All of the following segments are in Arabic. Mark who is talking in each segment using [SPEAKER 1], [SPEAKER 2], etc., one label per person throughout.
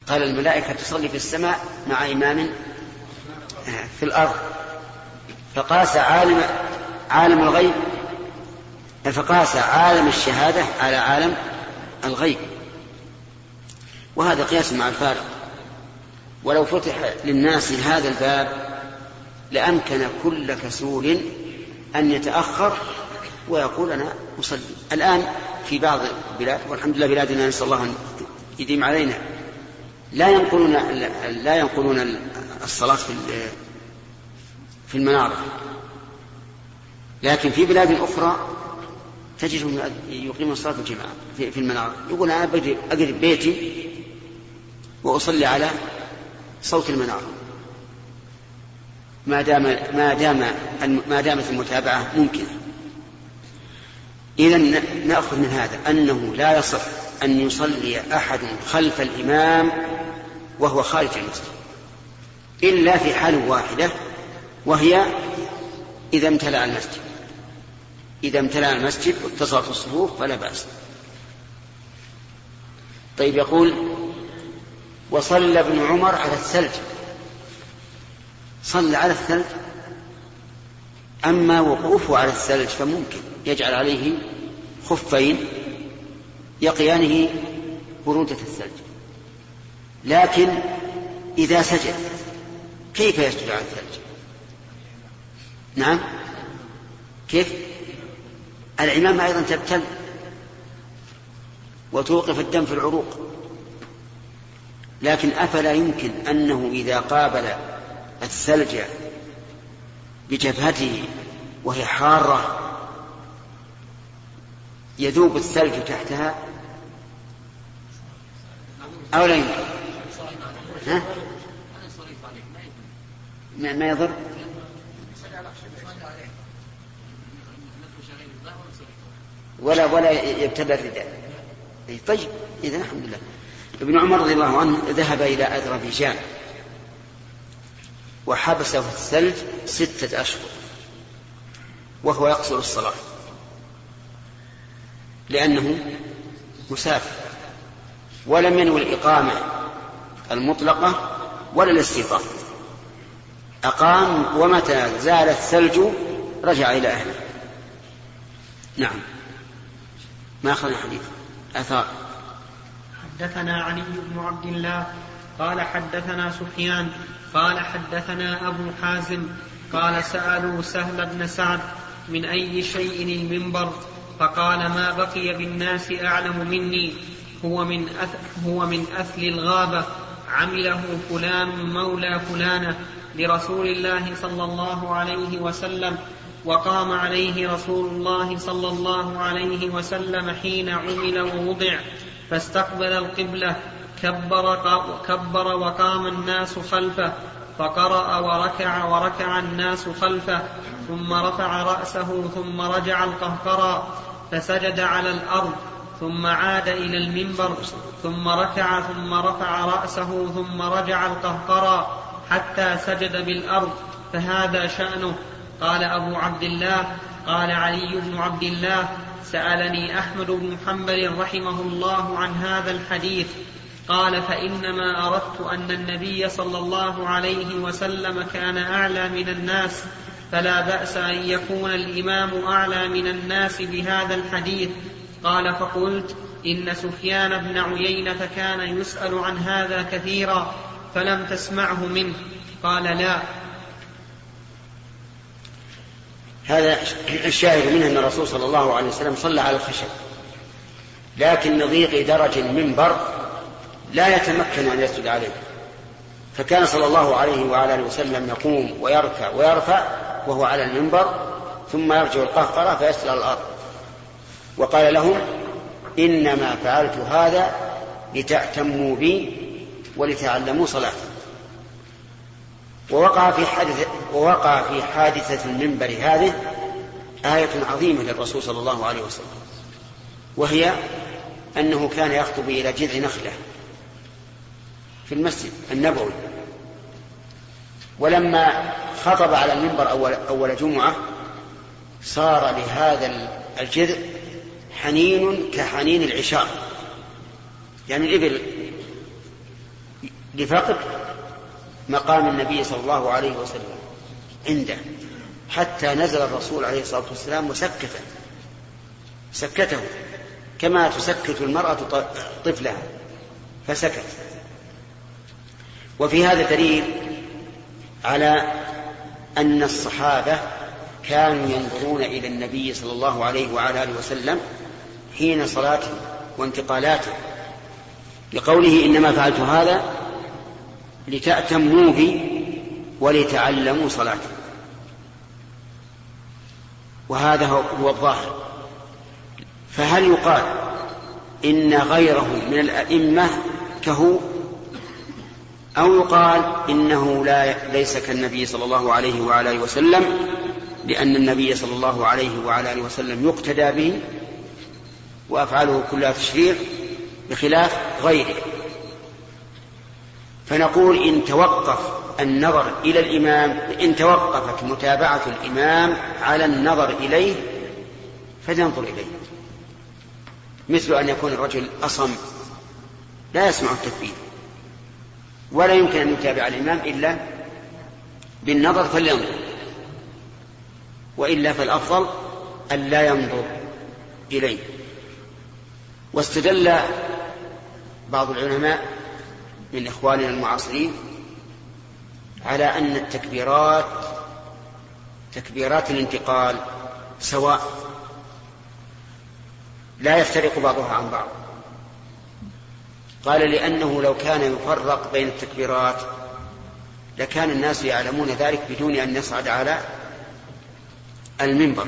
[SPEAKER 1] قال الملائكة تصلي في السماء مع إمام في الأرض، فقاس عالم الغيب، فقاس عالم الشهادة على عالم الغيب، وهذا قياس مع الفارق. ولو فتح للناس هذا الباب لأمكن كل كسول أن يتأخر ويقول أنا أصلي. الآن في بعض البلاد، والحمد لله بلادنا نسأل الله أن يديم علينا، لا ينقلون الصلاة في المنارة، لكن في بلاد أخرى تجدهم يقيمون الصلاة الجماعة في المنارة. يقول أنا أقرب بيتي وأصلي على صوت المنارة ما دامت المتابعة ممكنة. إذن نأخذ من هذا أنه لا يصح أن يصلي أحد خلف الإمام وهو خارج المسجد إلا في حال واحدة، وهي إذا امتلأ المسجد واتصلت الصفوف فلا بأس. طيب، يقول وصلى ابن عمر على الثلج. صلى على الثلج، أما وقوفه على الثلج فممكن يجعل عليه خفين يقيانه برودة الثلج، لكن إذا سجد كيف يسجد على الثلج؟ نعم، كيف؟ العمامة أيضا تبتل وتوقف الدم في العروق، لكن أفلا يمكن أنه إذا قابل الثلج بجبهته وهي حارة يذوب الثلج تحتها أو لا يمكن؟ ها؟ ما يضر؟ ولا يبتلى الرداء. طيب، إذن الحمد لله. ابن عمر رضي الله عنه ذهب إلى أذربيجان وحبسه الثلج 6 أشهر وهو يقصر الصلاة لأنه مسافر، ولم ينوي الإقامة المطلقة ولا الاستيطان، أقام ومتى زال الثلج رجع إلى أهله. نعم، ما أخذ الحديث أثار.
[SPEAKER 2] حدثنا علي بن عبد الله قال حدثنا سفيان قال حدثنا أبو حازم قال سألوا سهل بن سعد من أي شيء المنبر، فقال ما بقي بالناس أعلم مني، هو من أثل الغابة، عمله فلان مولى فلانة لرسول الله صلى الله عليه وسلم، وقام عليه رسول الله صلى الله عليه وسلم حين عمل ووضع، فاستقبل القبلة، كبر وقام الناس خلفه، فقرأ وركع الناس خلفه، ثم رفع رأسه ثم رجع القهقرى فسجد على الأرض، ثم عاد إلى المنبر، ثم ركع ثم رفع رأسه ثم رجع القهقرى حتى سجد بالأرض، فهذا شأنه. قال أبو عبد الله قال علي بن عبد الله سألني أحمد بن حنبل رحمه الله عن هذا الحديث، قال فإنما أردت أن النبي صلى الله عليه وسلم كان أعلى من الناس، فلا بأس أن يكون الإمام أعلى من الناس بهذا الحديث. قال فقلت إن سفيان بن عيينة كان يسأل عن هذا كثيرا فلم تسمعه منه. قال لا.
[SPEAKER 1] هذا الشاهد منه أن الرسول صلى الله عليه وسلم صلى على الخشب، لكن لضيق درج المنبر لا يتمكن أن يسجد عليه، فكان صلى الله عليه وعلى آله وسلم يقوم ويركع ويرفع وهو على المنبر، ثم يرجع القهقرة فيسجد على الأرض. وقال لهم إنما فعلت هذا لتأتموا بي ولتعلموا صلاتي. ووقع في حادثة المنبر هذه آية عظيمة للرسول صلى الله عليه وسلم، وهي أنه كان يخطب إلى جذع نخلة في المسجد النبوي، ولما خطب على المنبر أول جمعة صار لهذا الجذع حنين كحنين العشار، يعني الإبل لفقد مقام النبي صلى الله عليه وسلم عنده، حتى نزل الرسول عليه الصلاة والسلام سكته كما تسكت المرأة طفلها فسكت. وفي هذا دليل على أن الصحابة كانوا ينظرون إلى النبي صلى الله عليه وعلى آله وسلم حين صلاته وانتقالاته، لقوله إنما فعلت هذا لتأتموا بي ولتعلموا صلاتي. وهذا هو الظاهر. فهل يقال إن غيره من الأئمة كهو، أو يقال إنه ليس كالنبي صلى الله عليه وعلى آله وسلم، لأن النبي صلى الله عليه وعلى آله وسلم يقتدى به وأفعاله كلها تشريع بخلاف غيره؟ فنقول إن توقف النظر إلى الإمام، إن توقفت متابعة الإمام على النظر إليه فلننظر إليه، مثل أن يكون الرجل أصم لا يسمع التكبير ولا يمكن أن يتابع الإمام إلا بالنظر فلينظر، وإلا فالأفضل أن لا ينظر إليه. واستدل بعض العلماء من إخواننا المعاصرين على أن تكبيرات الانتقال سواء لا يفترق بعضها عن بعض. قال لأنه لو كان يفرق بين التكبيرات لكان الناس يعلمون ذلك بدون أن يصعد على المنبر.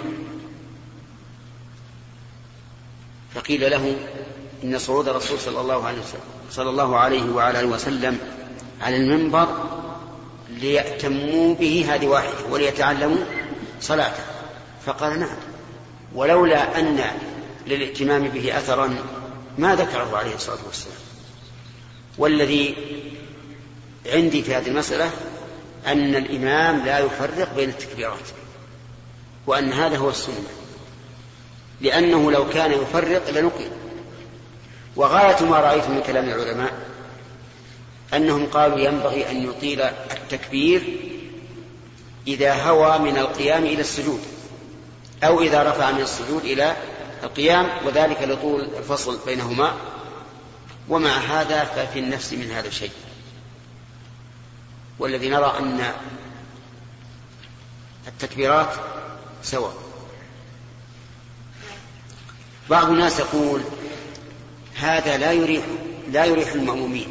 [SPEAKER 1] فقيل له إن صعود الرسول صلى الله عليه وعلى آله وسلم على المنبر ليأتموا به هذه واحدة وليتعلموا صلاته. فقال نعم، ولولا أن للائتمام به أثرا ما ذكره عليه الصلاة والسلام. والذي عندي في هذه المسألة أن الإمام لا يفرق بين التكبيرات، وأن هذا هو السنة، لأنه لو كان يفرق لنقل. وغاية ما رأيت من كلام العلماء أنهم قالوا ينبغي أن يطيل التكبير إذا هوى من القيام إلى السجود، أو إذا رفع من السجود إلى القيام، وذلك لطول الفصل بينهما. ومع هذا ففي النفس من هذا الشيء. والذي نرى أن التكبيرات سواء. بعض الناس يقول هذا لا يريح المأمومين،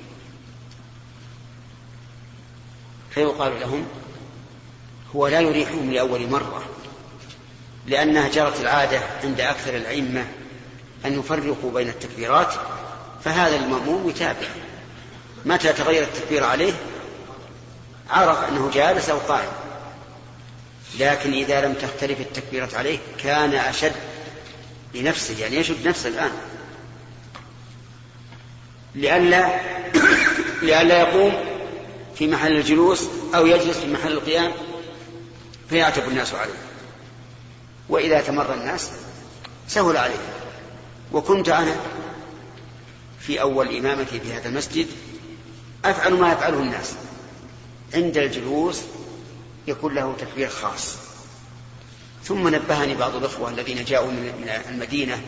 [SPEAKER 1] فيقال لهم هو لا يريحهم لأول مرة، لأنها جرت العادة عند أكثر الأئمة أن يفرقوا بين التكبيرات، فهذا المأموم يتابع، متى تغير التكبير عليه عرف أنه جالس أو قائم. لكن إذا لم تختلف التكبيرات عليه كان أشد لنفسه، يعني يشد نفسه الآن لئلا يقوم في محل الجلوس أو يجلس في محل القيام فيعتب الناس عليه. وإذا تمر الناس سهل عليه. وكنت أنا في أول إمامتي في هذا المسجد أفعل ما يفعله الناس، عند الجلوس يكون له تكبير خاص. ثم نبهني بعض الأخوة الذين جاءوا من المدينة،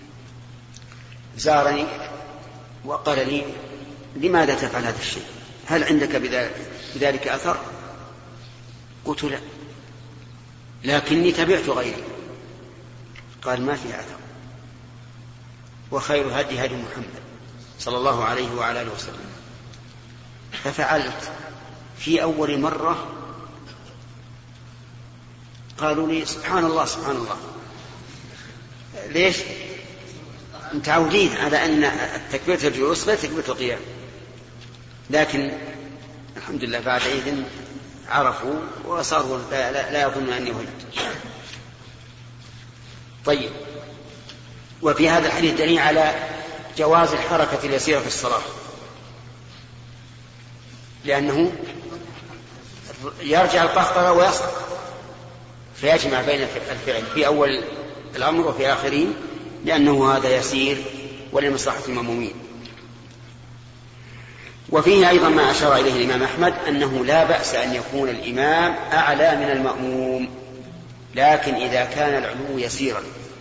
[SPEAKER 1] زارني وقال لي لماذا تفعل هذا الشيء؟ هل عندك بذلك أثر؟ قلت لا، لكني تبعت غيري. قال ما في أثر، وخير هدي هدي محمد صلى الله عليه وعلى آله وسلم. ففعلت في أول مرة، قالوا لي سبحان الله سبحان الله. ليش؟ متعودين على أن تكبيرة الجلوس غير تكبيرة القيام. لكن الحمد لله بعد عيد عرفوا وصاروا لا يظن أني وجدت. طيب. وفي هذا الحديث دليل على جواز الحركة اليسيرة في الصلاة، لأنه يرجع القهقرة ويصعد فيجمع بين الفعل في أول الأمر وفي آخره، لأنه هذا يسير ولمصلحة المأمومين. وفيه أيضا ما أشار إليه الإمام أحمد أنه لا بأس أن يكون الإمام أعلى من المأموم، لكن إذا كان العلو يسيرا.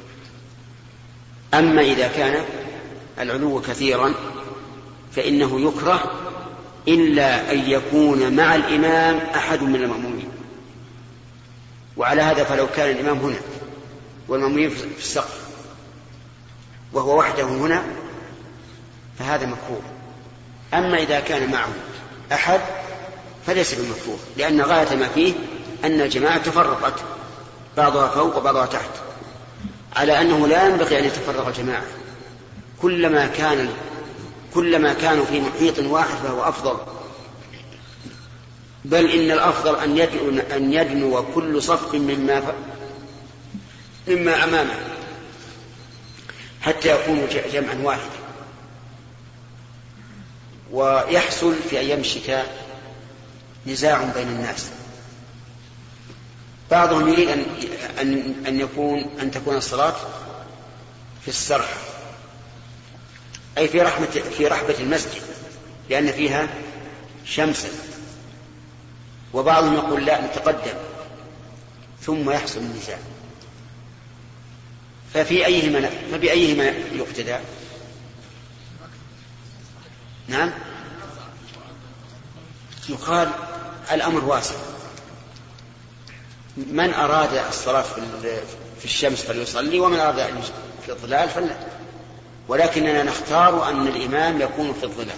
[SPEAKER 1] أما إذا كان العلو كثيرا فإنه يكره إلا أن يكون مع الإمام أحد من المأمومين. وعلى هذا فلو كان الإمام هنا والمأمومين في السقف وهو وحده هنا فهذا مكروه. أما إذا كان معه أحد فليس بمكروه، لأن غاية ما فيه أن الجماعة تفرقت بعضها فوق وبعضها تحت، على أنه لا ينبغي أن يتفرق الجماعة. كلما كانوا في محيط واحد فهو أفضل، بل إن الأفضل أن يدنو كل صف مما أمامه حتى يكونوا جمعا واحدا. ويحصل في أيام الشتاء نزاع بين الناس، بعضهم يريد أن تكون الصلاة في السرح، أي في رحبة المسجد لأن فيها شمسا، وبعضهم يقول لا نتقدم، ثم يحصل النزاع. فبأيهما يقتدى؟ نعم، يقال الأمر واسع، من أراد الصلاة في الشمس فليصلي، ومن أراد في الظلال فلا، ولكننا نختار أن الإمام يكون في الظلال،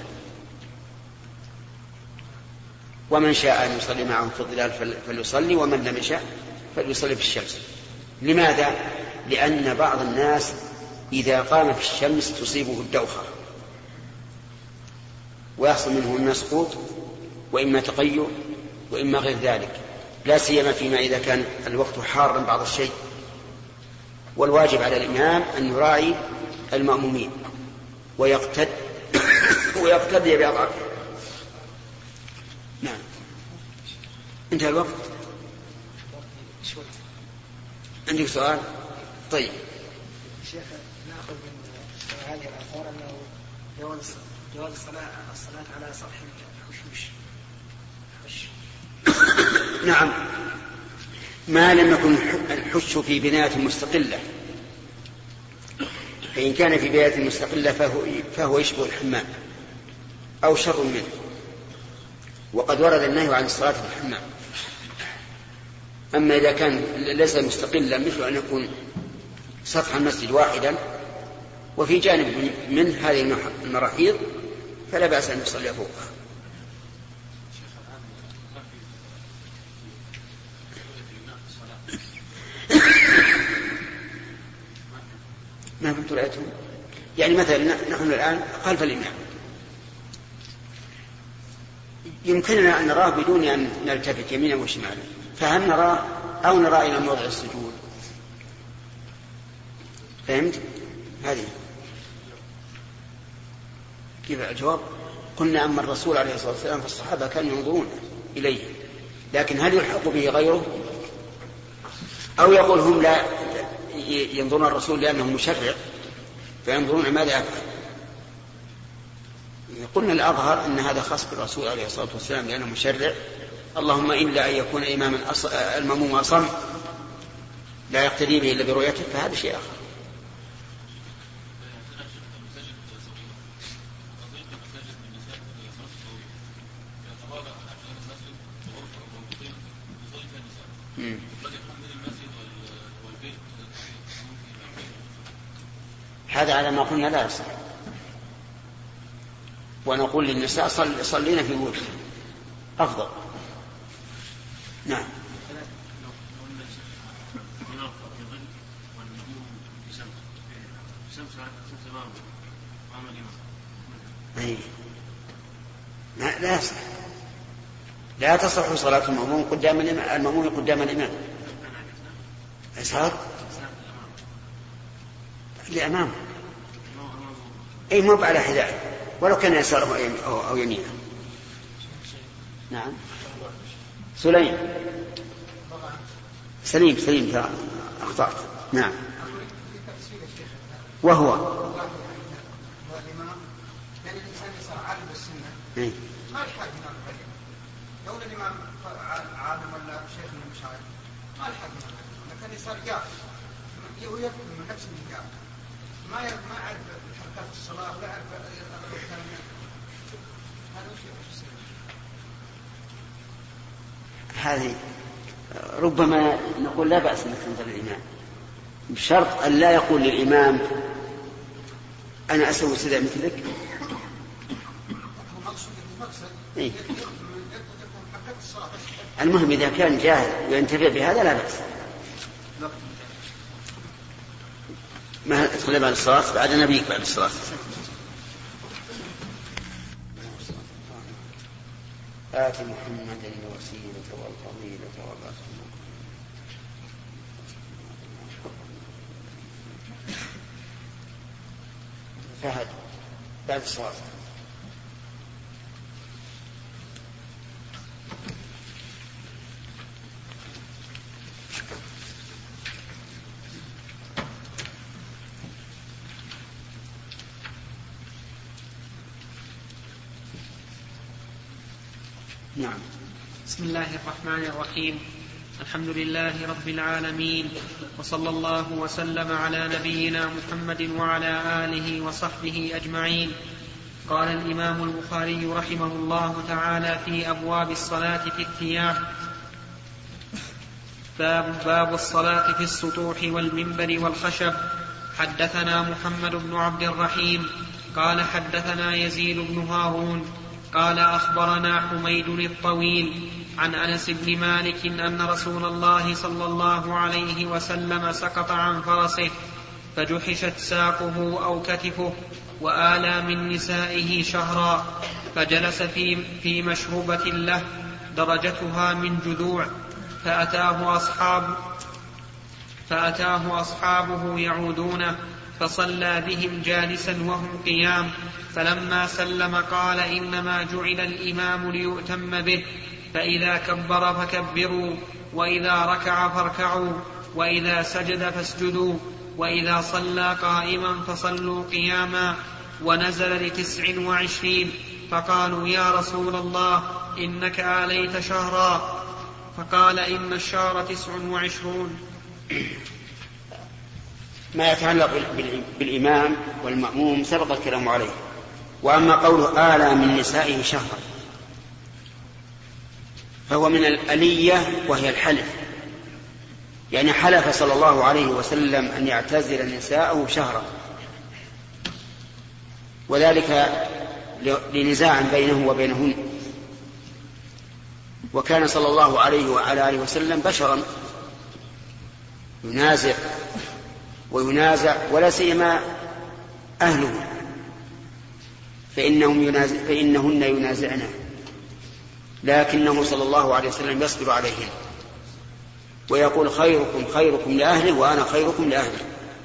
[SPEAKER 1] ومن شاء أن يصلي معه في الظلال فليصلي، ومن لم يشاء فليصلي في الشمس. لماذا؟ لأن بعض الناس إذا قام في الشمس تصيبه الدوخة ويحصل منه إما سقوط وإما تقيؤ وإما غير ذلك، لا سيما فيما إذا كان الوقت حارا بعض الشيء. والواجب على الإمام أن يراعي المأمومين ويقتدي بأضعافهم. نعم، انتهى الوقت. عندك سؤال؟ طيب
[SPEAKER 3] شيخ، نأخذ من هذه الآثار أنه جواز الصلاة على سطح الحشوش.
[SPEAKER 1] نعم، ما لم يكن الحش في بناية مستقلة، فإن كان في بناية مستقلة فهو يشبه الحمام أو شر منه، وقد ورد النهي عن الصلاة في الحمام. أما إذا كان ليس مستقلا مثل أن يكون سطح المسجد واحدا وفي جانب من هذه المراحيض فلا بأس أن يصلي فوقها. ما كنت رأيتهم؟ يعني مثلا نحن الآن خلف الإمام يمكننا أن نراه بدون أن نلتفت يمينا وشمالا، فهل نراه أو نرى إلى موضع السجود؟ فهمت؟ هذه كيف الجواب؟ قلنا أما الرسول عليه الصلاة والسلام فالصحابة كانوا ينظرون إليه، لكن هل يلحق به غيره؟ أو يقول هم لا ينظرون الرسول لأنه مشرع فينظرون ماذا يفعل؟ قلنا الأظهر أن هذا خاص بالرسول عليه الصلاة والسلام لأنه مشرع، اللهم إلا أن يكون إماما المأموم أصم لا يقتدي به إلا برؤيته، فهذا شيء آخر. هذا على ما قلنا لا يصح، ونقول للنساء صلينا في بيوتكم أفضل. نعم. لا يصح، لا تصح صلاة المأموم قدام الإمام. إسهار لأمامه، أي مو على حذائه ولو كان يساره أو يمينه. نعم. سليم أخطأت. نعم. وهو
[SPEAKER 3] يعني الإنسان يصير عالم بالسنة
[SPEAKER 4] ما الحق إمام العلم لو الإمام عالم ولا شيخ من المشايخ ما الحق إمام العلم لكن يصير جاهل ويفهم من نفس الجاهل ما يعرف حركات الصلاة ولا يعرف هذا وش يصير؟
[SPEAKER 1] هذه ربما نقول لا بأس أنك تنظر للإمام بشرط أن لا يقول للإمام أنا أسوي سدع مثلك. إيه؟ المهم إذا كان جاهل وينتفع بهذا لا بأس. ما تدخل بعد الصلاة بعد نبيك بعد الصلاة. آت محمدا الوسيلة والفضيلة والرحمة. فهد بعد الصلاة. نعم.
[SPEAKER 2] بسم الله الرحمن الرحيم. الحمد لله رب العالمين وصلى الله وسلم على نبينا محمد وعلى آله وصحبه أجمعين. قال الإمام البخاري رحمه الله تعالى في أبواب الصلاة في الثياب: باب الصلاة في السطوح والمنبر والخشب. حدثنا محمد بن عبد الرحيم قال حدثنا يزيد بن هارون قال أخبرنا حميد الطويل عن أنس بن مالك أن رسول الله صلى الله عليه وسلم سقط عن فرسه فجحشت ساقه أو كتفه وآلى من نسائه شهرا فجلس في مشروبة له درجتها من جذوع فأتاه أصحابه يعودونه فصلى بهم جالسا وهم قيام فلما سلم قال إنما جعل الإمام ليؤتم به فإذا كبر فكبروا وإذا ركع فاركعوا وإذا سجد فاسجدوا وإذا صلى قائما فصلوا قياما. ونزل ل29 فقالوا يا رسول الله إنك آليت شهرا فقال إن الشهر 29.
[SPEAKER 1] ما يتعلق بالإمام والمأموم سبق الكلام عليه. وأما قوله آلى من نسائه شهرا فهو من الألية وهي الحلف، يعني حلف صلى الله عليه وسلم أن يعتزل نساءه شهرا، وذلك لنزاع بينه وبينهن. وكان صلى الله عليه وعلى آله وسلم بشرا ينازع وينازع ولا سيما أهله فإنهن ينازعنه، لكنه صلى الله عليه وسلم يصبر عليهن ويقول خيركم خيركم لأهله وأنا خيركم لأهله.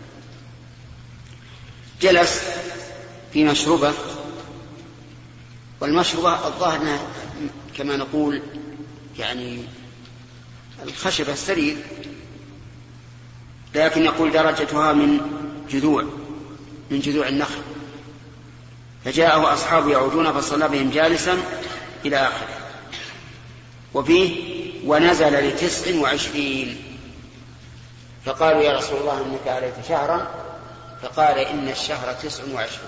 [SPEAKER 1] جلس في مشروبة، والمشروبة الظاهر كما نقول يعني الخشبة السرير، لكن يقول درجتها من جذوع النخل. فجاءه أصحابه يعودون فصلى بهم جالسا إلى آخره. وفيه ونزل ل29 فقالوا يا رسول الله إنك عليك شهرا فقال إن الشهر 29.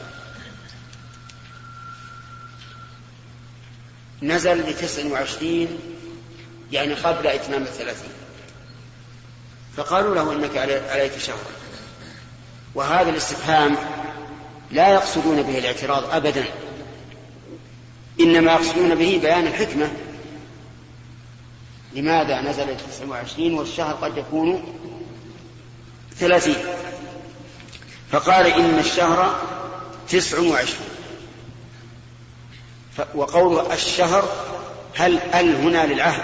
[SPEAKER 1] نزل ل29 يعني قبل إتمام 30. فقالوا له إنك عليك شهرا. وهذا الاستفهام لا يقصدون به الاعتراض أبدا، إنما يقصدون به بيان الحكمة. لماذا نزل 29 والشهر قد يكون 30؟ فقال إن الشهر 29. وقول الشهر هل هنا للعهد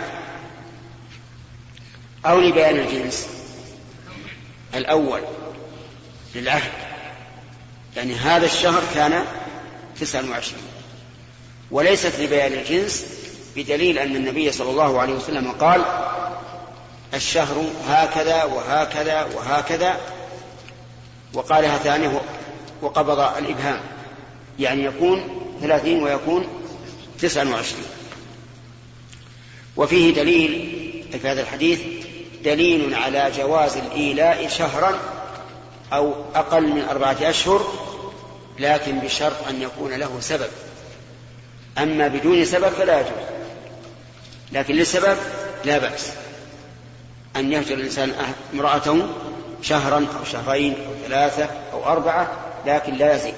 [SPEAKER 1] أو لبيان الجنس؟ الأول للعهد، يعني هذا الشهر كان 29، وليست لبيان الجنس، بدليل أن النبي صلى الله عليه وسلم قال الشهر هكذا وهكذا وهكذا، وقالها ثانية وقبض الإبهام، يعني يكون 30 ويكون 29. وفيه دليل في هذا الحديث دليل على جواز الإيلاء شهرا أو أقل من 4 أشهر، لكن بشرط أن يكون له سبب. أما بدون سبب فلا يجوز، لكن للسبب لا بأس أن يهجر الإنسان امرأته شهرا أو شهرين أو 3 أو 4، لكن لا يزيد.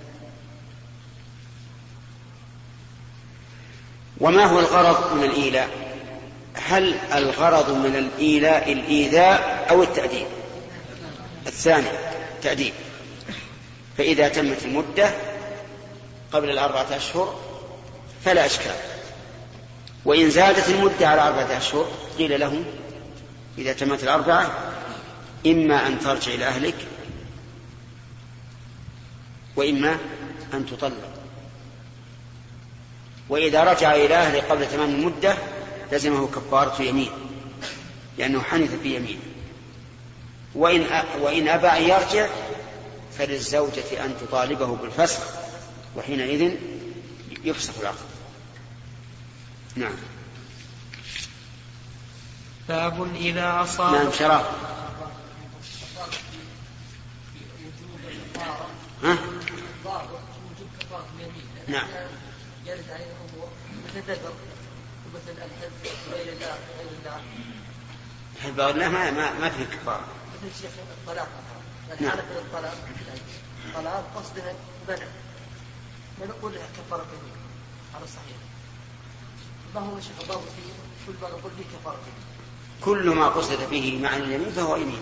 [SPEAKER 1] وما هو الغرض من الإيلاء؟ هل الغرض من الإيلاء الإيذاء أو التأديب؟ الثاني، تأديب. فإذا تمت المدة قبل 4 أشهر فلا إشكال، وإن زادت المدة على 4 أشهر قيل له إذا تمت 4 إما أن ترجع إلى أهلك وإما أن تطلق. وإذا رجع إلى أهله قبل تمام المدة لزمه كفارة يمين، لأنه حنث في يمين. وإن أبى أن يرجع فللزوجة أن تطالبه بالفسخ، وحينئذ يفسخ العقد. نعم.
[SPEAKER 2] باب إذا أصاب.
[SPEAKER 1] نعم. شراب. ها؟ نعم. حب الله ما فيه كفارة.
[SPEAKER 3] مثل الشيخ الطلاق،
[SPEAKER 1] نعم.
[SPEAKER 3] الطلاق قصدها منع، ما نقول لها كفارة يمين على الصحيح. ما هو الشيخ الضابط فيه؟ كل ما نقول به كفارة يمين.
[SPEAKER 1] كل ما قصد به معنى اليمين فهو يمين.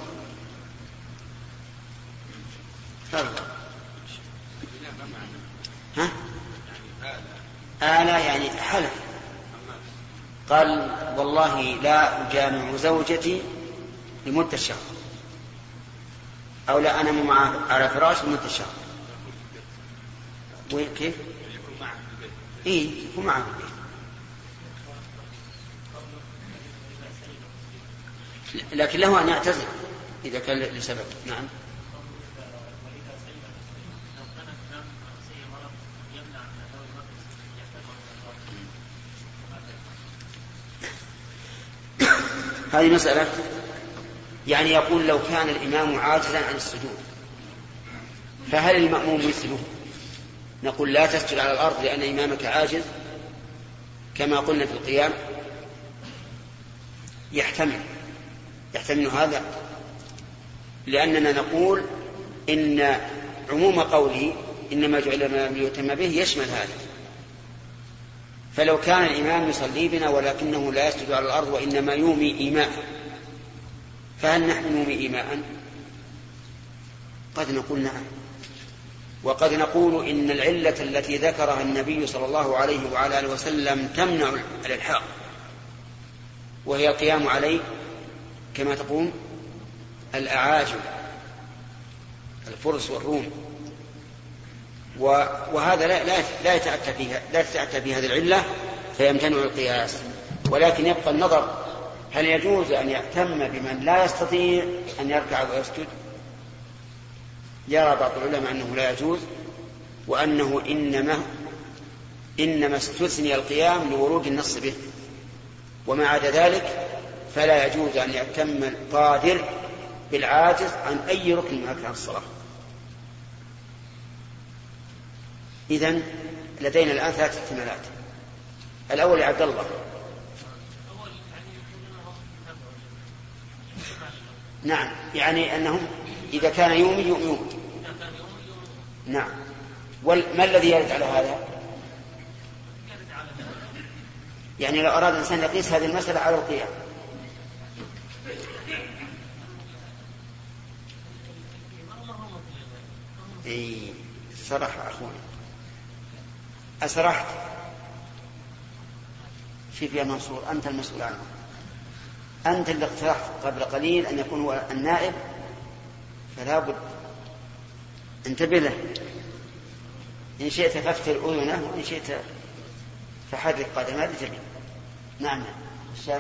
[SPEAKER 1] ها؟ آلة يعني حلف، قال والله لا أجامع زوجتي لمدة شهر، أو لا أنام معه على فراش لمدة شهر. وكيف؟ إيه يكون معه في البيت، لكن له أن يعتزل إذا كان لسبب. نعم. هذه مسألة، يعني يقول لو كان الإمام عاجزا عن السجود فهل المأموم مثله؟ نقول لا تسجد على الأرض لأن إمامك عاجز كما قلنا في القيام. يحتمل هذا، لأننا نقول إن عموم قوله إنما جعل ما ليتم به يشمل هذا. فلو كان الإمام يصلي بنا ولكنه لا يسجد على الأرض وإنما يومي إيماء، فهل نحن نومي إيماء؟ قد نقول نعم، وقد نقول إن العلة التي ذكرها النبي صلى الله عليه وعلى آله وسلم تمنع الإلحاق، وهي القيام عليه كما تقوم الأعاجم الفرس والروم، وهذا لا يتأتى فيه هذه العلة فيمتنع القياس. ولكن يبقى النظر هل يجوز أن يأتم بمن لا يستطيع أن يركع ويسجد؟ يرى بعض العلماء أنه لا يجوز، وأنه إنما استثني القيام لورود النص به، وما عدا ذلك فلا يجوز أن يأتم القادر بالعاجز عن أي ركن من أركان الصلاة. إذن لدينا الآن 3 احتمالات. الأول يا عبد الله. نعم، يعني أنهم إذا كان يومي. نعم. ما الذي يرد على هذا؟ يعني لو أراد الإنسان يقيس هذه المسألة على القيام، صراحة أخواني أسرحت. شوف يا منصور، أنت المسؤول عنه، أنت اللي اقترحت قبل قليل أن يكون هو النائب، فلا بد انتبه له. إن شئت فافتر أذنه وإن شئت فحرك قدمه الجميع. نعم. الشام.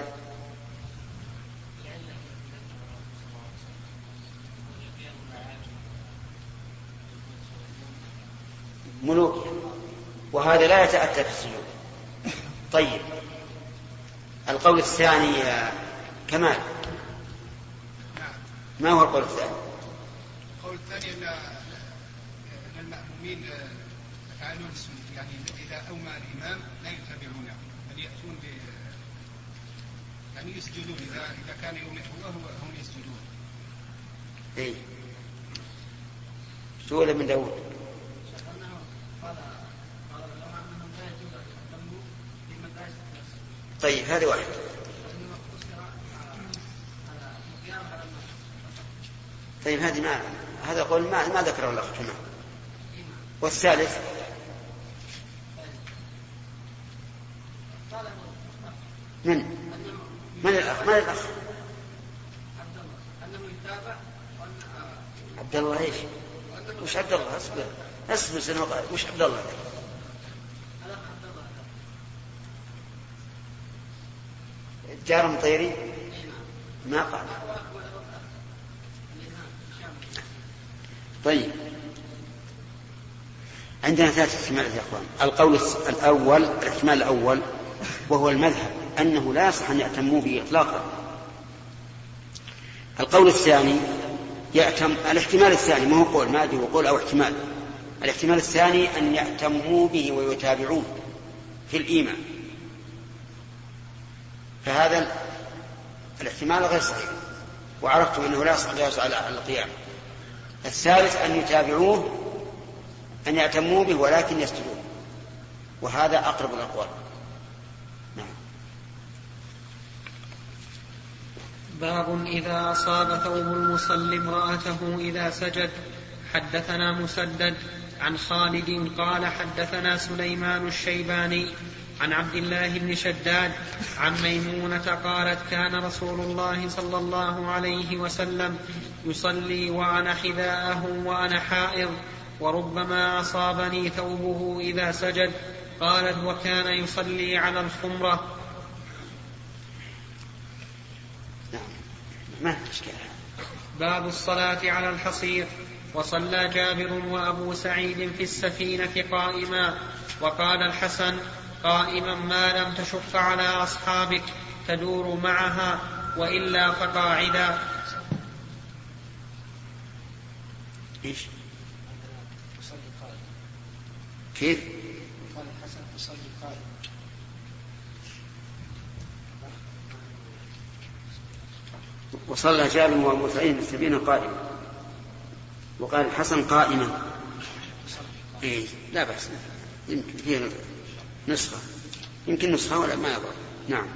[SPEAKER 1] ملوك، وهذا لا يتأتى في السجود، طيب، القول الثاني كمال، ما هو القول الثاني؟
[SPEAKER 4] القول الثاني أن المأمومين يفعلون السنة، يعني إذا أومى الإمام لا يتبعونه بل يأتون يعني يسجدون إذا كان يومئ هو هم يسجدون.
[SPEAKER 1] إيه سؤال من داود. طيب هذه واحد. طيب هذا قول ما ذكره الأخ هنا. والثالث من الأخ عبد الله. ايش وش عبد الله؟ اصبر سنة وش عبد الله؟ جار مطيري ما قال. طيب عندنا 3 احتمالات يا اخوان. القول الأول، الاحتمال الأول وهو المذهب أنه لا يصح أن يأتموا به إطلاقا. القول الثاني الاحتمال الثاني ما هو قول، ما أدري وقول أو احتمال. الاحتمال الثاني أن يأتموا به ويتابعوه في الإيمان، فهذا الاحتمال غير صحيح، وعرفتم أنه لا يصح على القيام. الثالث أن يتابعوه، أن يأتموا به ولكن يسجدون، وهذا أقرب الأقوال. نعم.
[SPEAKER 2] باب إذا أصاب ثوب المصلي امرأته إذا سجد. حدثنا مسدد عن خالد قال حدثنا سليمان الشيباني عن عبد الله بن شداد عن ميمونة قالت كان رسول الله صلى الله عليه وسلم يصلي وأنا حذاءه وأنا حائض، وربما أصابني ثوبه إذا سجد. قالت وكان يصلي على الخمرة.
[SPEAKER 1] ما إشكال.
[SPEAKER 2] باب الصلاة على الحصير. وصلى جابر وأبو سعيد في السفينة قائما. وقال الحسن قائما ما لم تشق على أصحابك تدور معها، وإلا فقاعدا.
[SPEAKER 1] إيش كيف؟
[SPEAKER 4] قال الحسن يصلي قائما.
[SPEAKER 1] وصلى جابر وأبو سعيد في السفينة قائما، وقال الحسن قائما. إيه لا بأس، يمكن فيها نسخة، يمكن نسخة ولا ما يضر. نعم.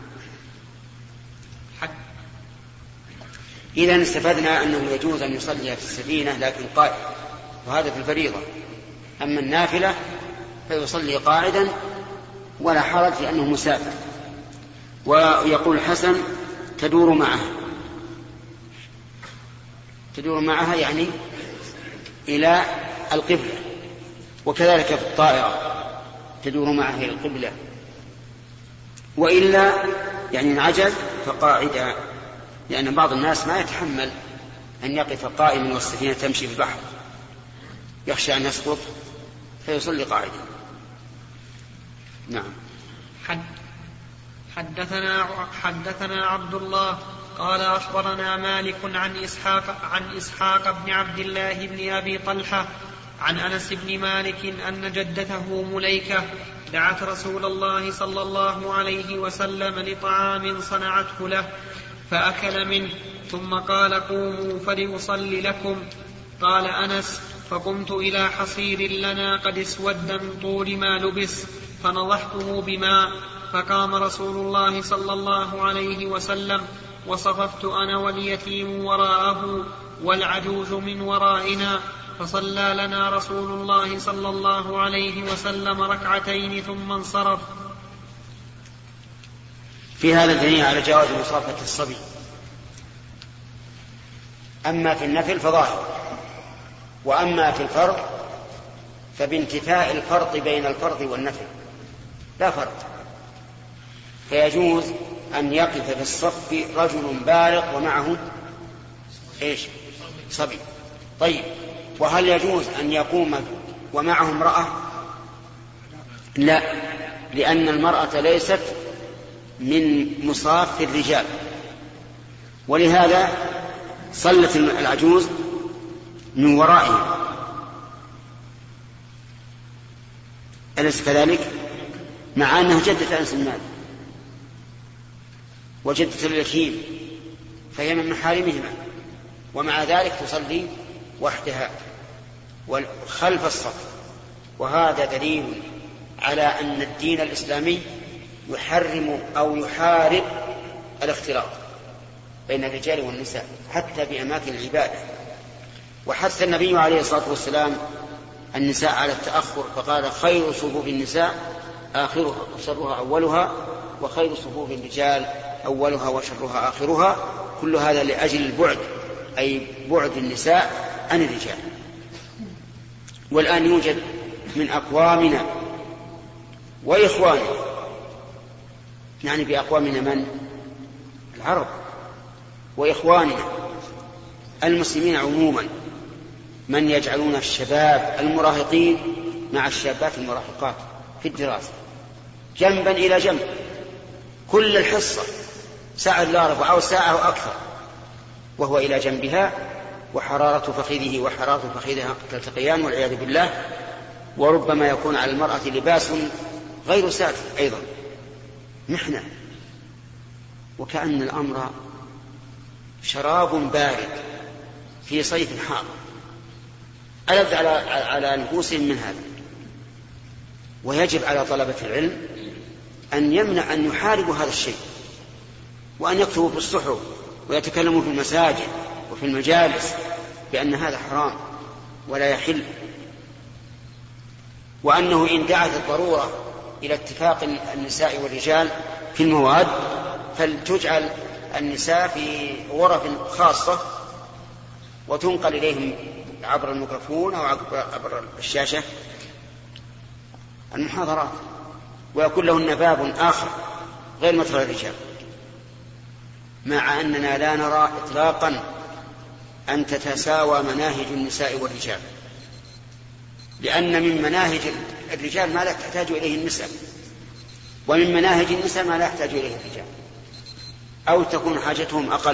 [SPEAKER 1] إذا استفدنا أنه يجوز أن يصلي في السفينة لكن قائما، وهذا في الفريضة. أما النافلة فيصلي قاعدا ولا حرج لأنه مسافر. ويقول الحسن تدور معها يعني إلى القبلة، وكذلك في الطائرة تدور معها إلى القبلة، وإلا يعني انعجز فقاعدا، لأن بعض الناس ما يتحمل أن يقف قائما والسفينة تمشي في البحر، يخشى أن يسقط فيصلي قاعدا. نعم.
[SPEAKER 2] حدثنا عبد الله قال أخبرنا مالك عن إسحاق بن عبد الله بن أبي طلحة عن أنس بن مالك أن جدته مليكة دعت رسول الله صلى الله عليه وسلم لطعام صنعته له فأكل منه، ثم قال قوموا فلأصلي لكم. قال أنس فقمت إلى حصير لنا قد اسود من طول ما لبس فنضحته بماء، فقام رسول الله صلى الله عليه وسلم وصففت أنا واليتيم وراءه والعجوز من ورائنا، فصلى لنا رسول الله صلى الله عليه وسلم ركعتين ثم انصرف.
[SPEAKER 1] في هذا دليل على جواز مصافحة الصبي. أما في النفل فظاهر، وأما في الفرض فبانتفاء الفرق بين الفرض والنفل لا فرق، فيجوز أن يقف في الصف رجل بالغ ومعه إيش؟ صبي. طيب، وهل يجوز أن يقوم ومعه امرأة؟ لا، لأن المرأة ليست من مصاف الرجال، ولهذا صلت العجوز من ورائهم، أليس كذلك؟ مع أنها جدة أنس المال وجدة اليتيم، فهي من محارمهما، ومع ذلك تصلي وحدها خلف الصف. وهذا دليل على أن الدين الإسلامي يحرم أو يحارب الاختلاط بين الرجال والنساء حتى بأماكن العبادة. وحث النبي عليه الصلاة والسلام النساء على التأخر، فقال: خير صفوف النساء آخرها وشرها أولها، وخير صفوف الرجال أولها وشرها آخرها. كل هذا لأجل البعد، أي بعد النساء عن الرجال. والآن يوجد من أقوامنا وإخواننا، يعني بأقوامنا من؟ العرب، وإخواننا المسلمين عموما، من يجعلون الشباب المراهقين مع الشابات المراهقات في الدراسة جنبا إلى جنب، كل الحصة ساعة إلا ربع أو ساعة أو أكثر، وهو إلى جنبها، وحرارة فخذه وحرارة فخذها تلتقيان والعياذ بالله. وربما يكون على المرأة لباس غير ساتر أيضا، محنة، وكأن الأمر شراب بارد في صيف حار، ألذ على نفوسهم من هذا. ويجب على طلبة العلم أن يمنع أن يحاربوا هذا الشيء، وأن يكتبوا في الصحف ويتكلموا في المساجد وفي المجالس بأن هذا حرام ولا يحل، وأنه إن دعت الضرورة إلى اتفاق النساء والرجال في المواد فلتجعل النساء في غرف خاصة وتنقل إليهم عبر الميكروفون أو عبر الشاشة المحاضرات، ويكون لهن باب آخر غير مدخل الرجال. مع أننا لا نرى إطلاقا أن تتساوى مناهج النساء والرجال، لأن من مناهج الرجال ما لا تحتاج إليه النساء، ومن مناهج النساء ما لا يحتاج إليه الرجال، أو تكون حاجتهم أقل.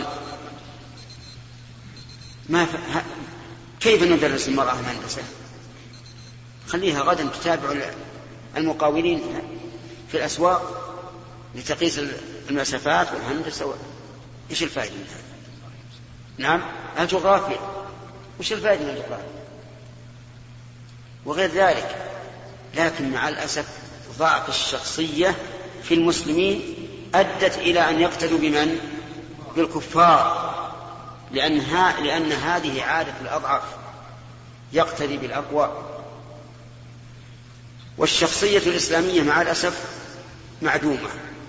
[SPEAKER 1] كيف ندرس المرأة الهندسة؟ خليها غدا تتابع المقاولين في الأسواق لتقيس المسافات والهندسة إيش الفائدة من هذا؟ نعم، الجغرافيا، وش الفائدة من الجغرافيا وغير ذلك. لكن مع الأسف ضعف الشخصية في المسلمين أدت إلى أن يقتدوا بمن؟ بالكفار، لأن هذه عادة الأضعف، يقتدي بالأقوى. والشخصية الإسلامية مع الأسف معدومة.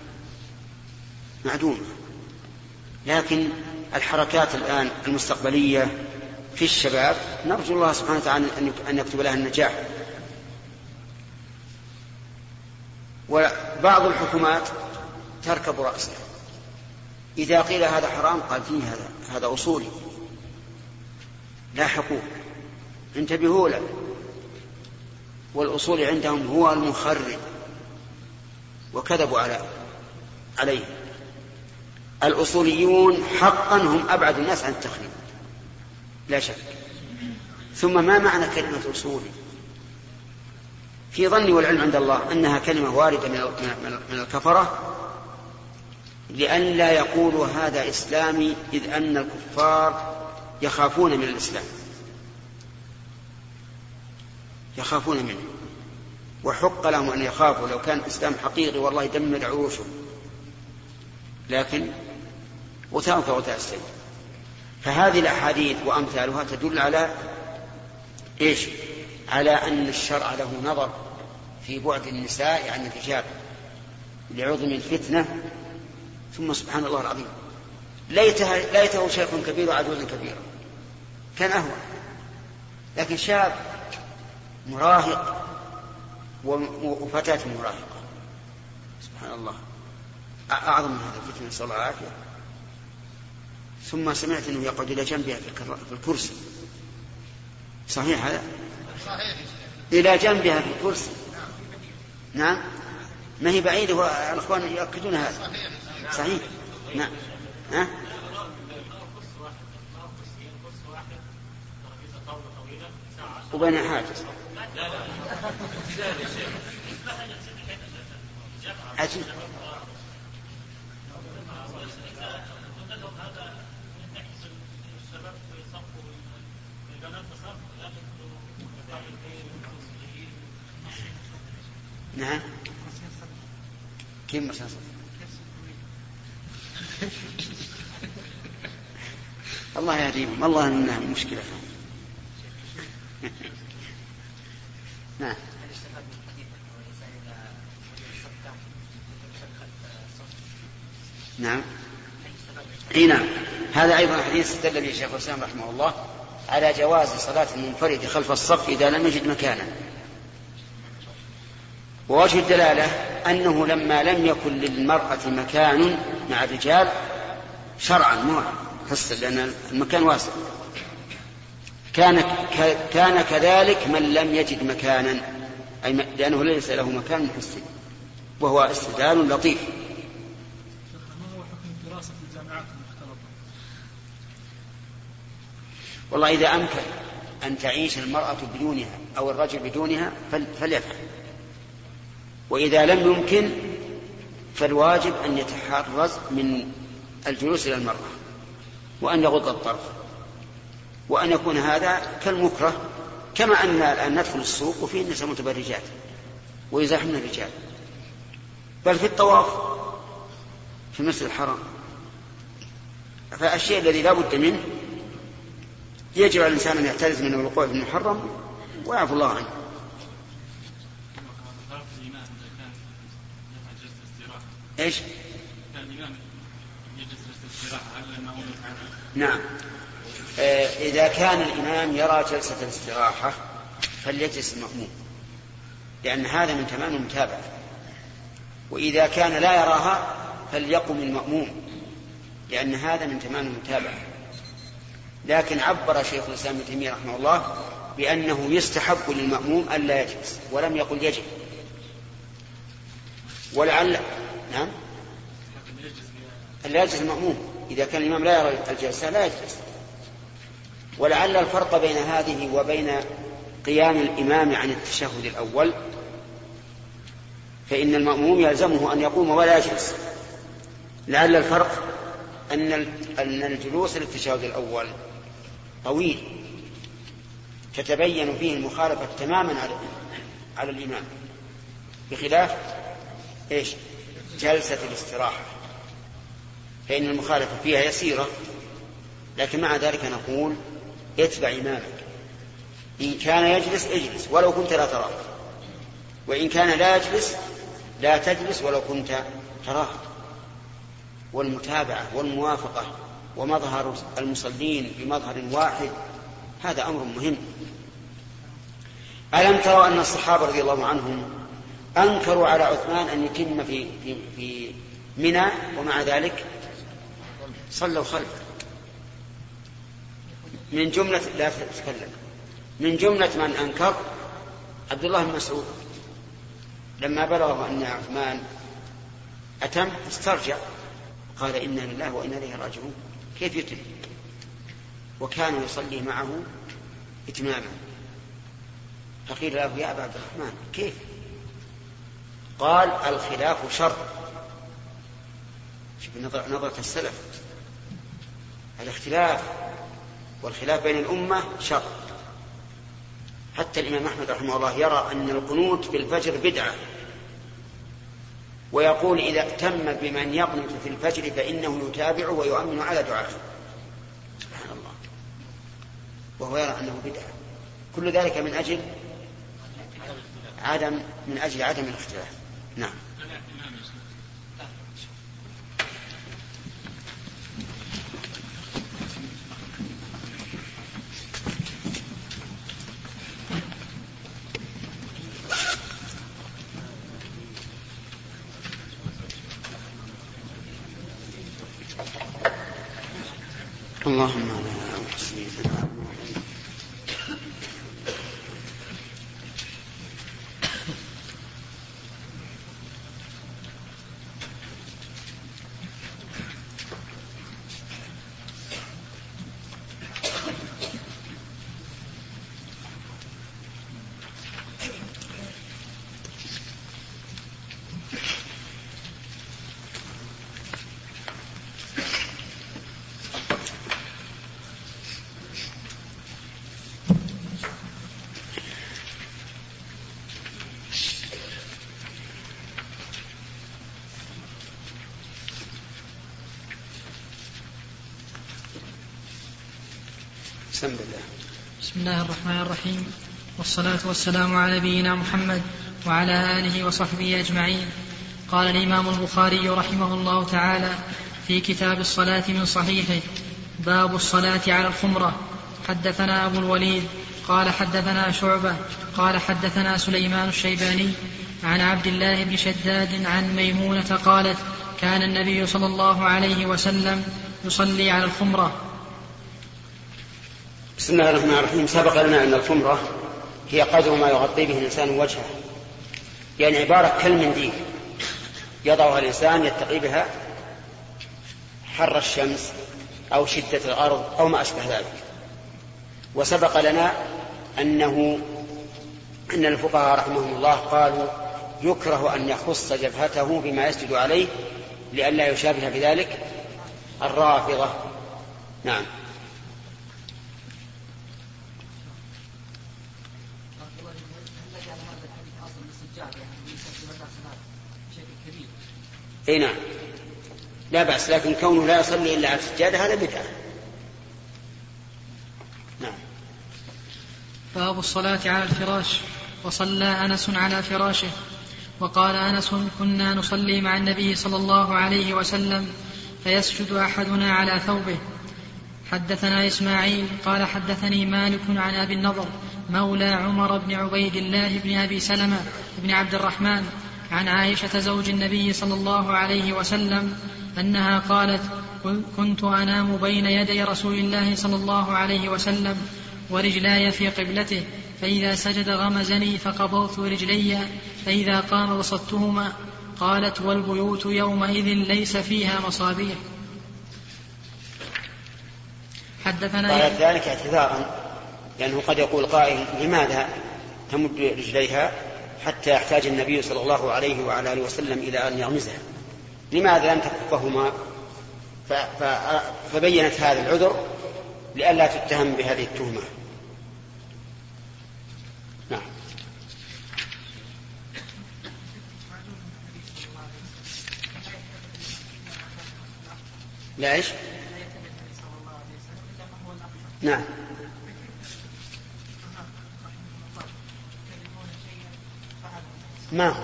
[SPEAKER 1] لكن الحركات الآن المستقبلية في الشباب نرجو الله سبحانه وتعالى أن يكتب لها النجاح. وبعض الحكومات تركب رأسها، إذا قيل هذا حرام قال فيه هذا أصولي لا حقوق، انتبهوا له. والأصول عندهم هو المخرب، وكذبوا عليه. الأصوليون حقا هم أبعد الناس عن التخريب لا شك. ثم ما معنى كلمة أصولي؟ في ظني والعلم عند الله أنها كلمة واردة من الكفرة، لئلا يقولوا هذا إسلامي، إذ أن الكفار يخافون من الإسلام، يخافون منه، وحق لهم أن يخافوا. لو كان الإسلام حقيقي والله يدمر عروشهم، لكن غثاء كغثاء السيل. فهذه الأحاديث وأمثالها تدل على إيش؟ على أن الشرع له نظر في بعد النساء عن الرجال لعظم الفتنة. ثم سبحان الله العظيم، ليته شيخ كبير وعجوز كبير كان أهون، لكن شاب مراهق وفتاة مراهقة، سبحان الله، أعظم من هذا الفتنة، نسأل الله العافية. ثم سمعت أنه يقعد إلى جنبها في الكرسي، صحيح هذا؟ إلى جنبها في الكرسي، نعم، ما هي بعيدة والأخوان يؤكدون هذا. صحيح. نعم. ها؟ وبين حاجز. عجيب. نعم. كيف مرسل؟ الله يهديهم، والله انها مشكلة. نعم. نعم. اي نعم، هذا ايضا حديث استدل به الشيخ الاسلام رحمه الله على جواز صلاة المنفرد خلف الصف اذا لم يجد مكانا. ووجه الدلالة أنه لما لم يكن للمرأة مكان مع الرجال شرعا مو حسا لأن المكان واسع، كان كذلك من لم يجد مكانا، أي لأنه ليس له مكان حسي، وهو استدلال لطيف.
[SPEAKER 5] ما هو حكم الدراسة في الجامعات المختلطة؟
[SPEAKER 1] والله إذا أمكن أن تعيش المرأة بدونها أو الرجل بدونها فليفعل، وإذا لم يمكن فالواجب أن يتحرز من الجلوس إلى المرأة وأن يغض الطرف، وأن يكون هذا كالمكره، كما أن الآن ندخل السوق وفيه النساء متبرجات ويزاحمن الرجال، بل في الطواف في المسجد الحرام. فالشيء الذي لا بد منه يجب على الإنسان أن يعترض من الوقوع في المحرم ويعفو الله عنه. ايش؟ نعم. إذا كان الإمام يرى جلسة الاستراحة فليجلس المأموم، لأن هذا من تمام المتابعة. وإذا كان لا يراها فليقم المأموم، لأن هذا من تمام المتابعة. لكن عبر شيخ الإسلام ابن تيمية رحمه الله بأنه يستحب للمأموم ألا يجلس، ولم يقل يجب. ولعل نعم لا يجلس المأموم إذا كان الإمام لا يرى الجلسة لا يجلس. ولعل الفرق بين هذه وبين قيام الإمام عن التشهد الأول، فإن المأموم يلزمه أن يقوم ولا يجلس. لعل الفرق أن الجلوس للتشهد الأول طويل تتبين فيه المخالفة تماما على الإمام، بخلاف إيش؟ جلسة الاستراحة، فإن المخالفة فيها يسيرة. لكن مع ذلك نقول اتبع إمامك، إن كان يجلس اجلس ولو كنت لا تراه، وإن كان لا يجلس لا تجلس ولو كنت تراه. والمتابعة والموافقة ومظهر المصلين بمظهر واحد هذا أمر مهم. ألم تروا أن الصحابة رضي الله عنهم أنكروا على عثمان أن يتم في منى، ومع ذلك صلوا خلفه. من جملة لا تتكلم، من جملة من أنكر عبد الله بن مسعود لما بلغه أن عثمان أتم استرجع، قال إنا لله وإنا إليه راجعون، كيف يتم؟ وكان يصلي معه إتماما. فقيل له يا أبا عبد الرحمن كيف؟ قال الخلاف شر. شوف نظرة السلف، الاختلاف والخلاف بين الأمة شر. حتى الإمام أحمد رحمه الله يرى أن القنوت في الفجر بدعة، ويقول إذا اهتم بمن يقنط في الفجر فإنه يتابع ويؤمن على دعائه. سبحان الله. وهو يرى أنه بدعة. كل ذلك من أجل عدم الاختلاف. نعم. اللهم لا أحصي ثناء. بسم الله.
[SPEAKER 6] بسم الله الرحمن الرحيم، والصلاة والسلام على نبينا محمد وعلى آله وصحبه أجمعين. قال الإمام البخاري رحمه الله تعالى في كتاب الصلاة من صحيحه: باب الصلاة على الخمرة. حدثنا أبو الوليد قال حدثنا شعبة قال حدثنا سليمان الشيباني عن عبد الله بن شداد عن ميمونة قالت: كان النبي صلى الله عليه وسلم يصلي على الخمرة.
[SPEAKER 1] بسم الله الرحمن الرحيم. سبق لنا أن الخمرة هي قدر ما يغطي به الإنسان وجهه، يعني عبارة كالمنديل يضعها الإنسان يتقي بها حر الشمس أو شدة الأرض أو ما أشبه ذلك. وسبق لنا أن الفقهاء رحمهم الله قالوا يكره أن يخص جبهته بما يسجد عليه لئلا يشابه بذلك الرافضة. نعم. اي نعم لا بأس، لكن كونه لا يصلي إلا على السجادة هذا بدعة. نعم.
[SPEAKER 6] باب الصلاة على الفراش. وصلى أنس على فراشه. وقال أنس: كنا نصلي مع النبي صلى الله عليه وسلم فيسجد أحدنا على ثوبه. حدثنا إسماعيل قال حدثني مالك عن أبي النضر مولى عمر بن عبيد الله بن أبي سلمة بن عبد الرحمن عن عائشة زوج النبي صلى الله عليه وسلم أنها قالت: كنت أنام بين يدي رسول الله صلى الله عليه وسلم ورجلاي في قبلته، فإذا سجد غمزني فقبضت رجلي، فإذا قام بسطتهما. قالت: والبيوت يومئذ ليس فيها مصابيح. حدثنا
[SPEAKER 1] قالت ذلك اعتذارا، لأنه قد يقول قائل: لماذا تمد رجليها حتى يحتاج النبي صلى الله عليه وعلى آله وسلم إلى أن يغمزها؟ لماذا لم تكفهما؟ فبينت هذا العذر لئلا تتهم بهذه التهمة. نعم. لا إيش؟ نعم. ما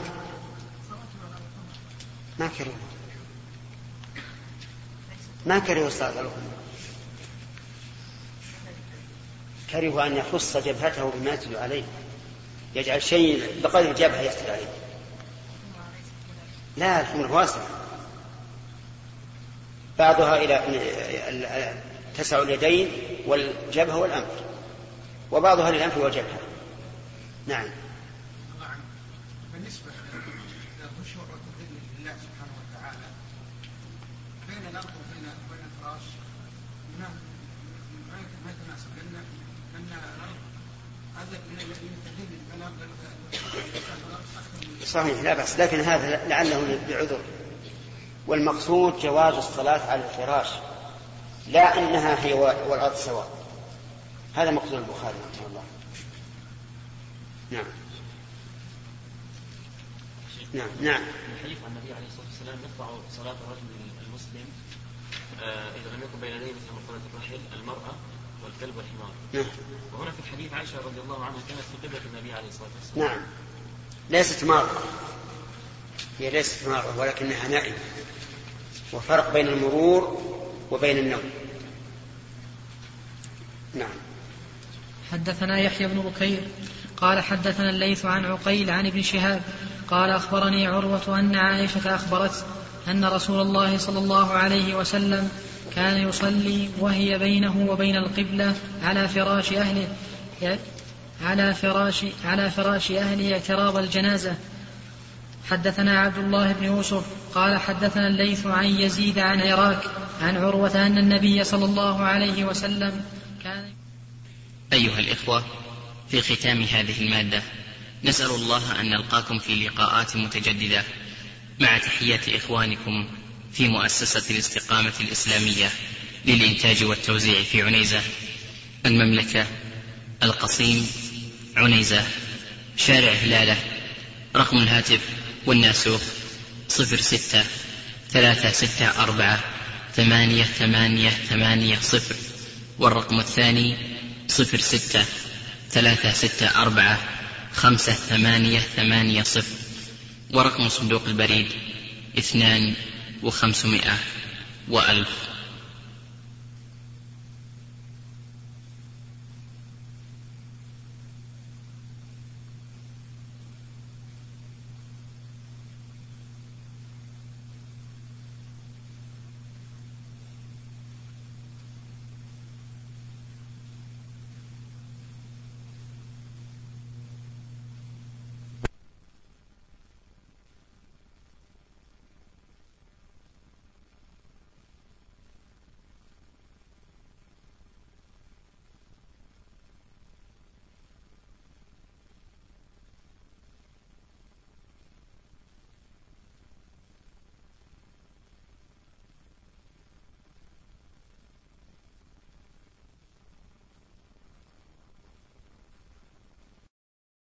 [SPEAKER 1] كرهوا الصلاة لهم، كرهوا أن يخص جبهته بما يسجد عليه، يجعل شيء بقدر الجبهة يسجد عليه. لا، الخمر واسعة، بعضها إلى تسع اليدين والجبهة والأنف، وبعضها للأنف والجبهة. نعم.
[SPEAKER 4] بالنسبة للخشوع والتذلل لله سبحانه وتعالى بين الأرض وبين الفراش ما يتناسب، لأن الأرض هذا يتذلل الأرض
[SPEAKER 1] صحيح، لا بأس، لكن هذا لعله بعذر. والمقصود جواز الصلاة على الفراش، لا أنها هي والأرض سواء. هذا مقصود البخاري رحمه الله. نعم. نعم.
[SPEAKER 7] من حديث عن النبي عليه الصلاة والسلام يقطع صلاة الرجل المسلم إذا لم يكن بين يديه مثل مقولة الرحل المرأة والكلب والحمار.
[SPEAKER 1] نعم.
[SPEAKER 7] وهنا في الحديث عائشة رضي الله عنها كانت في قبلة النبي عليه الصلاة والسلام.
[SPEAKER 1] نعم. ليست مرأة، هي ليست مرأة ولكنها نائمة، وفرق بين المرور وبين النوم. نعم.
[SPEAKER 6] حدثنا يحيى بن بكير قال حدثنا الليث عن عقيل عن ابن شهاب قال: أخبرني عروة أن عائشة أخبرت أن رسول الله صلى الله عليه وسلم كان يصلي وهي بينه وبين القبلة على فراش أهله اعتراض الجنازة. حدثنا عبد الله بن يوسف قال حدثنا الليث عن يزيد عن عراك عن عروة أن النبي صلى الله عليه وسلم كان.
[SPEAKER 8] أيها الإخوة، في ختام هذه المادة نسأل الله أن نلقاكم في لقاءات متجددة مع تحيات إخوانكم في مؤسسة الاستقامة الإسلامية للإنتاج والتوزيع في عنيزة، المملكة، القصيم، عنيزة، شارع هلالة. رقم الهاتف والناسوخ 06-364-8880. والرقم الثاني 06-364-5880. ورقم صندوق البريد 2500 و1000.